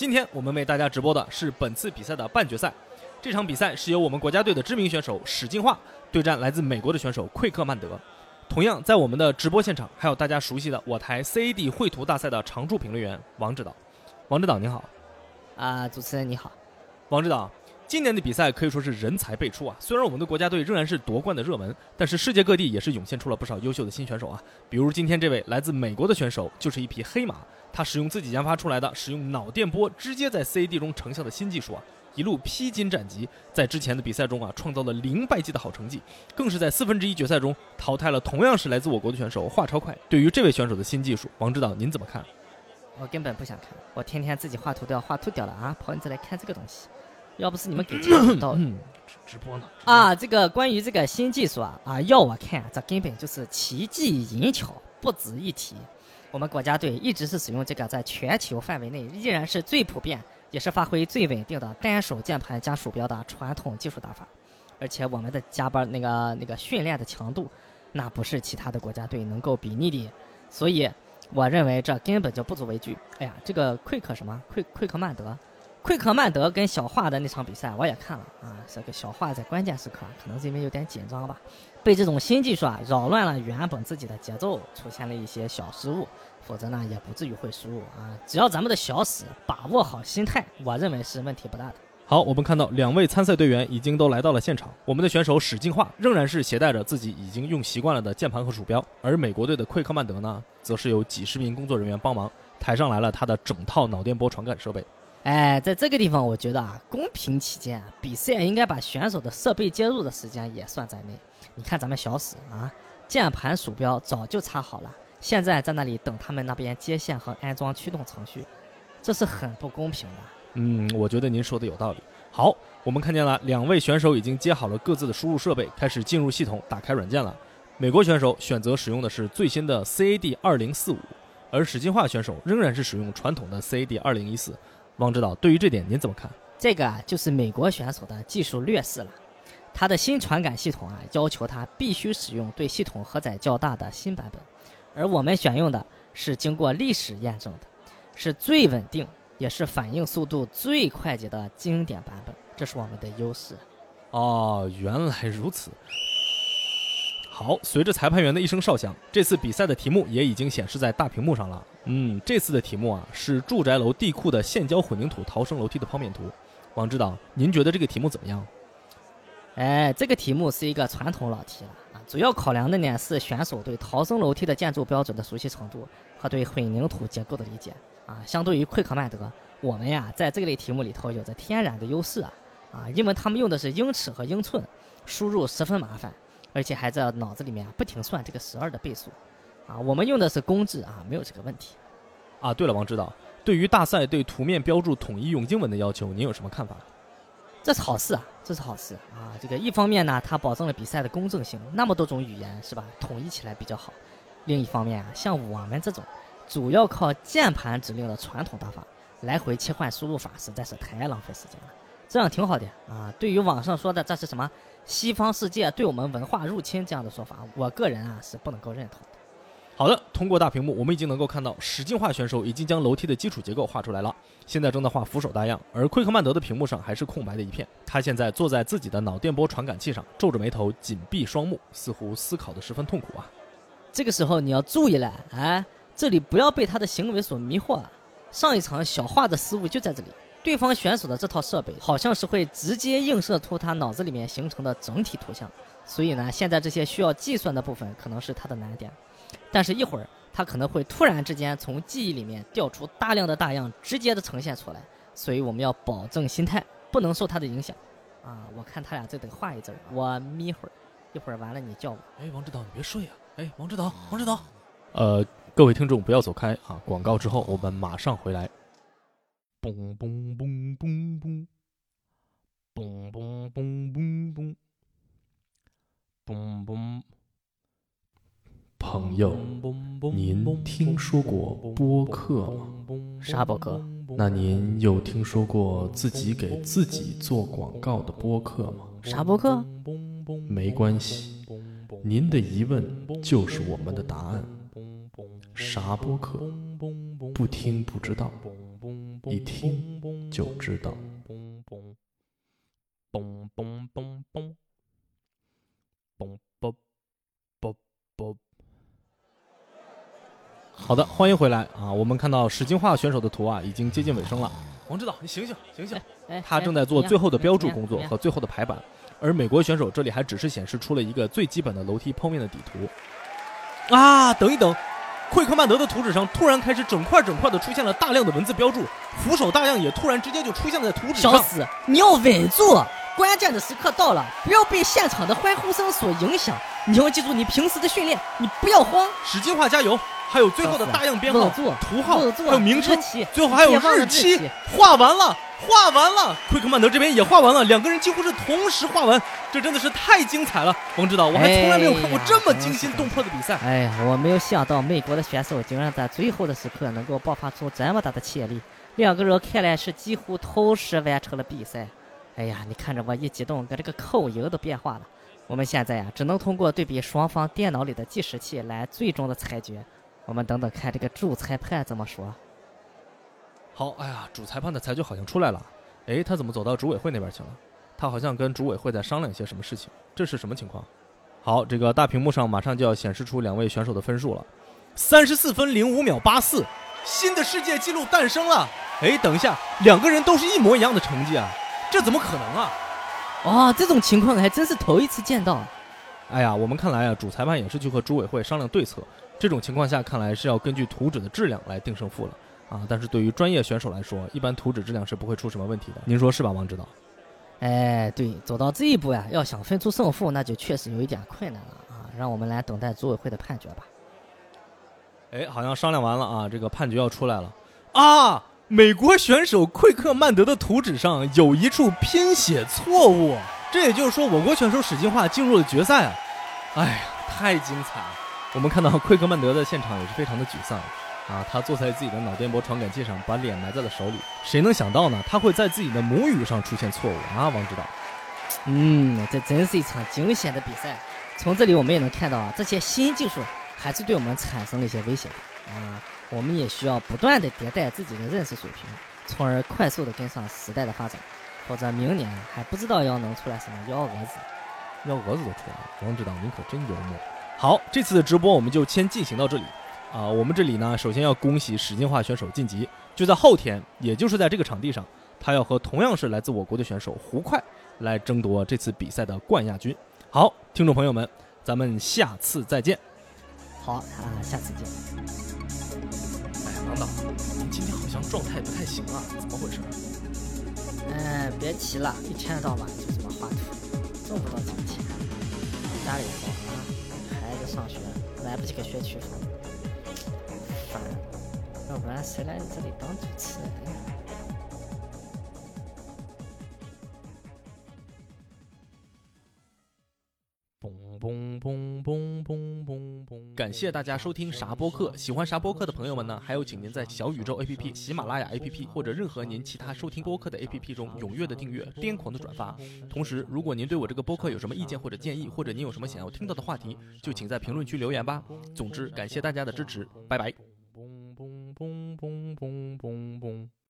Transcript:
今天我们为大家直播的是本次比赛的半决赛。这场比赛是由我们国家队的知名选手史进化对战来自美国的选手奎克曼德。同样在我们的直播现场还有大家熟悉的我台 CAD 绘图大赛的常驻评论员王指导。王指导您好。 主持人你好。 王指导，今年的比赛可以说是人才辈出啊！虽然我们的国家队仍然是夺冠的热门，但是世界各地也是涌现出了不少优秀的新选手啊。比如今天这位来自美国的选手就是一匹黑马，他使用自己研发出来的使用脑电波直接在 CAD 中成效的新技术啊，一路披荆斩棘，在之前的比赛中啊创造了0败绩的好成绩，更是在1/4决赛中淘汰了同样是来自我国的选手华超快。对于这位选手的新技术，王指导您怎么看？ 我根本不想看，我天天自己画图都要画吐掉了啊！跑你这来看这个东西，要不是你们给介绍到直播呢这个关于这个新技术要我看这根本就是奇技淫巧，不值一提。我们国家队一直是使用这个在全球范围内依然是最普遍也是发挥最稳定的单手键盘加鼠标的传统技术打法，而且我们的加班那个训练的强度，那不是其他的国家队能够比拟的，所以我认为这根本就不足为惧。这个奎克曼德跟小华的那场比赛我也看了这个小华在关键时刻可能是因为有点紧张吧，被这种新技术扰乱了原本自己的节奏，出现了一些小失误，否则呢也不至于会输只要咱们的小史把握好心态，我认为是问题不大的。 好，我们看到2位参赛队员已经都来到了现场。我们的选手史进化仍然是携带着自己已经用习惯了的键盘和鼠标，而美国队的奎克曼德呢，则是有几十名工作人员帮忙抬上来了他的整套脑电波传感设备。 在这个地方我觉得公平起见，比赛应该把选手的设备接入的时间也算在内。你看咱们小史键盘鼠标早就插好了，现在在那里等他们那边接线和安装驱动程序，这是很不公平的。 我觉得您说的有道理。好，我们看见了2位选手已经接好了各自的输入设备，开始进入系统打开软件了。美国选手选择使用的是最新的 CAD 2045，而史进化选手仍然是使用传统的 CAD 2014。王指导，对于这点您怎么看？ 这个就是美国选手的技术劣势了。他的新传感系统要求他必须使用对系统荷载较大的新版本，而我们选用的是经过历史验证的，是最稳定也是反应速度最快捷的经典版本，这是我们的优势。 原来如此。好，随着裁判员的一声哨响，这次比赛的题目也已经显示在大屏幕上了。这次的题目是住宅楼地库的现浇混凝土逃生楼梯的剖面图。王指导，您觉得这个题目怎么样？ 这个题目是一个传统老题了主要考量的呢是选手对逃生楼梯的建筑标准的熟悉程度和对混凝土结构的理解相对于奎克曼德，我们在这类题目里头有着天然的优势因为他们用的是英尺和英寸，输入十分麻烦，而且还在脑子里面不停算这个12的倍数我们用的是公制没有这个问题对了，王指导，对于大赛对图面标注统一用英文的要求，您有什么看法？ 这是好事这是好事这个一方面呢，它保证了比赛的公正性，那么多种语言是吧，统一起来比较好。另一方面像我们这种主要靠键盘指令的传统打法，来回切换输入法实在是太浪费时间了。这样挺好的对于网上说的这是什么西方世界对我们文化入侵这样的说法，我个人是不能够认同的。 好的，通过大屏幕我们已经能够看到史进化选手已经将楼梯的基础结构画出来了，现在正在画扶手大样，而奎克曼德的屏幕上还是空白的一片。他现在坐在自己的脑电波传感器上，皱着眉头，紧闭双目，似乎思考的十分痛苦这个时候你要注意了这里不要被他的行为所迷惑上一场小华的失误就在这里，对方选手的这套设备好像是会直接映射出他脑子里面形成的整体图像，所以呢现在这些需要计算的部分可能是他的难点，但是一会儿他可能会突然之间从记忆里面调出大量的大样直接的呈现出来，所以我们要保证心态不能受他的影响我看他俩这得画一阵，我眯会儿，一会儿完了你叫我。 王指导你别睡王指导各位听众不要走开广告之后我们马上回来。嘣嘣嘣嘣嘣嘣嘣嘣嘣嘣嘣嘣。朋友，您听说过播客吗？ 啥播客？ 那您有听说过自己给自己做广告的播客吗？ 啥播客？ 没关系，您的疑问就是我们的答案。啥播客？不听不知道。 一听就知道。好的，欢迎回来啊！我们看到史金化选手的图啊，已经接近尾声了。王指导，你醒醒，醒醒！他正在做最后的标注工作和最后的排版，而美国选手这里还只是显示出了一个最基本的楼梯剖面的底图。啊，等一等，奎克曼德的图纸上突然开始整块的出现了大量的文字标注，扶手大样也突然直接就出现在图纸上。 小死，你要稳住！关键的时刻到了，不要被现场的欢呼声所影响。你要记住你平时的训练，你不要慌。 史金化加油！还有最后的大样编号、图号，还有名称，最后还有日期。画完了，奎克曼德这边也画完了，两个人几乎是同时画完，这真的是太精彩了。王指导，我还从来没有看过这么惊心动魄的比赛。 哎呀，我没有想到美国的选手竟然在最后的时刻能够爆发出这么大的潜力，两个人看来是几乎同时完成了比赛。哎呀，你看着我一激动，跟这个口音都变化了。我们现在呀，只能通过对比双方电脑里的计时器来最终的裁决。我们等等看这个主裁判怎么说。 好，哎呀，主裁判的裁决好像出来了。哎，他怎么走到主委会那边去了？他好像跟主委会在商量一些什么事情，这是什么情况？好，这个大屏幕上马上就要显示出两位选手的分数了，34分05秒84，新的世界纪录诞生了。哎，等一下，两个人都是一模一样的成绩啊，这怎么可能啊？ 哦，这种情况还真是头一次见到。 哎呀，我们看来啊，主裁判也是去和主委会商量对策。这种情况下，看来是要根据图纸的质量来定胜负了啊！但是对于专业选手来说，一般图纸质量是不会出什么问题的。您说是吧，王指导？ 哎，对，走到这一步呀，要想分出胜负，那就确实有一点困难了啊！让我们来等待组委会的判决吧。 哎，好像商量完了啊，这个判决要出来了啊！美国选手奎克曼德的图纸上有一处拼写错误，这也就是说，我国选手史金化进入了决赛啊！哎呀，太精彩了！我们看到奎克曼德的现场也是非常的沮丧啊，他坐在自己的脑电波传感器上，把脸埋在了手里。谁能想到呢？他会在自己的母语上出现错误啊，王指导。 这真是一场惊险的比赛。从这里我们也能看到啊，这些新技术还是对我们产生了一些威胁的啊。我们也需要不断的迭代自己的认识水平，从而快速的跟上时代的发展，否则明年还不知道要能出来什么幺蛾子。 幺蛾子都出来了，王指导您可真幽默。好，这次的直播我们就先进行到这里啊。我们这里呢，首先要恭喜史金化选手晋级，就在后天，也就是在这个场地上，他要和同样是来自我国的选手胡快来争夺这次比赛的冠亚军。好，听众朋友们，咱们下次再见。 好啊，下次见。 哎，王导，您今天好像状态不太行啊，怎么回事？ 别提了，一天到晚就这么画图，挣不到这个钱。家里好啊，孩子上学来不及给学区房，烦。要不然谁来你这里当主持人呀？ 感谢大家收听啥播客，喜欢啥播客的朋友们呢，还有请您在小宇宙 APP、喜马拉雅 APP 或者任何您其他收听播客的 APP 中踊跃的订阅，癫狂的转发。同时，如果您对我这个播客有什么意见或者建议，或者您有什么想要听到的话题，就请在评论区留言吧。总之，感谢大家的支持，拜拜。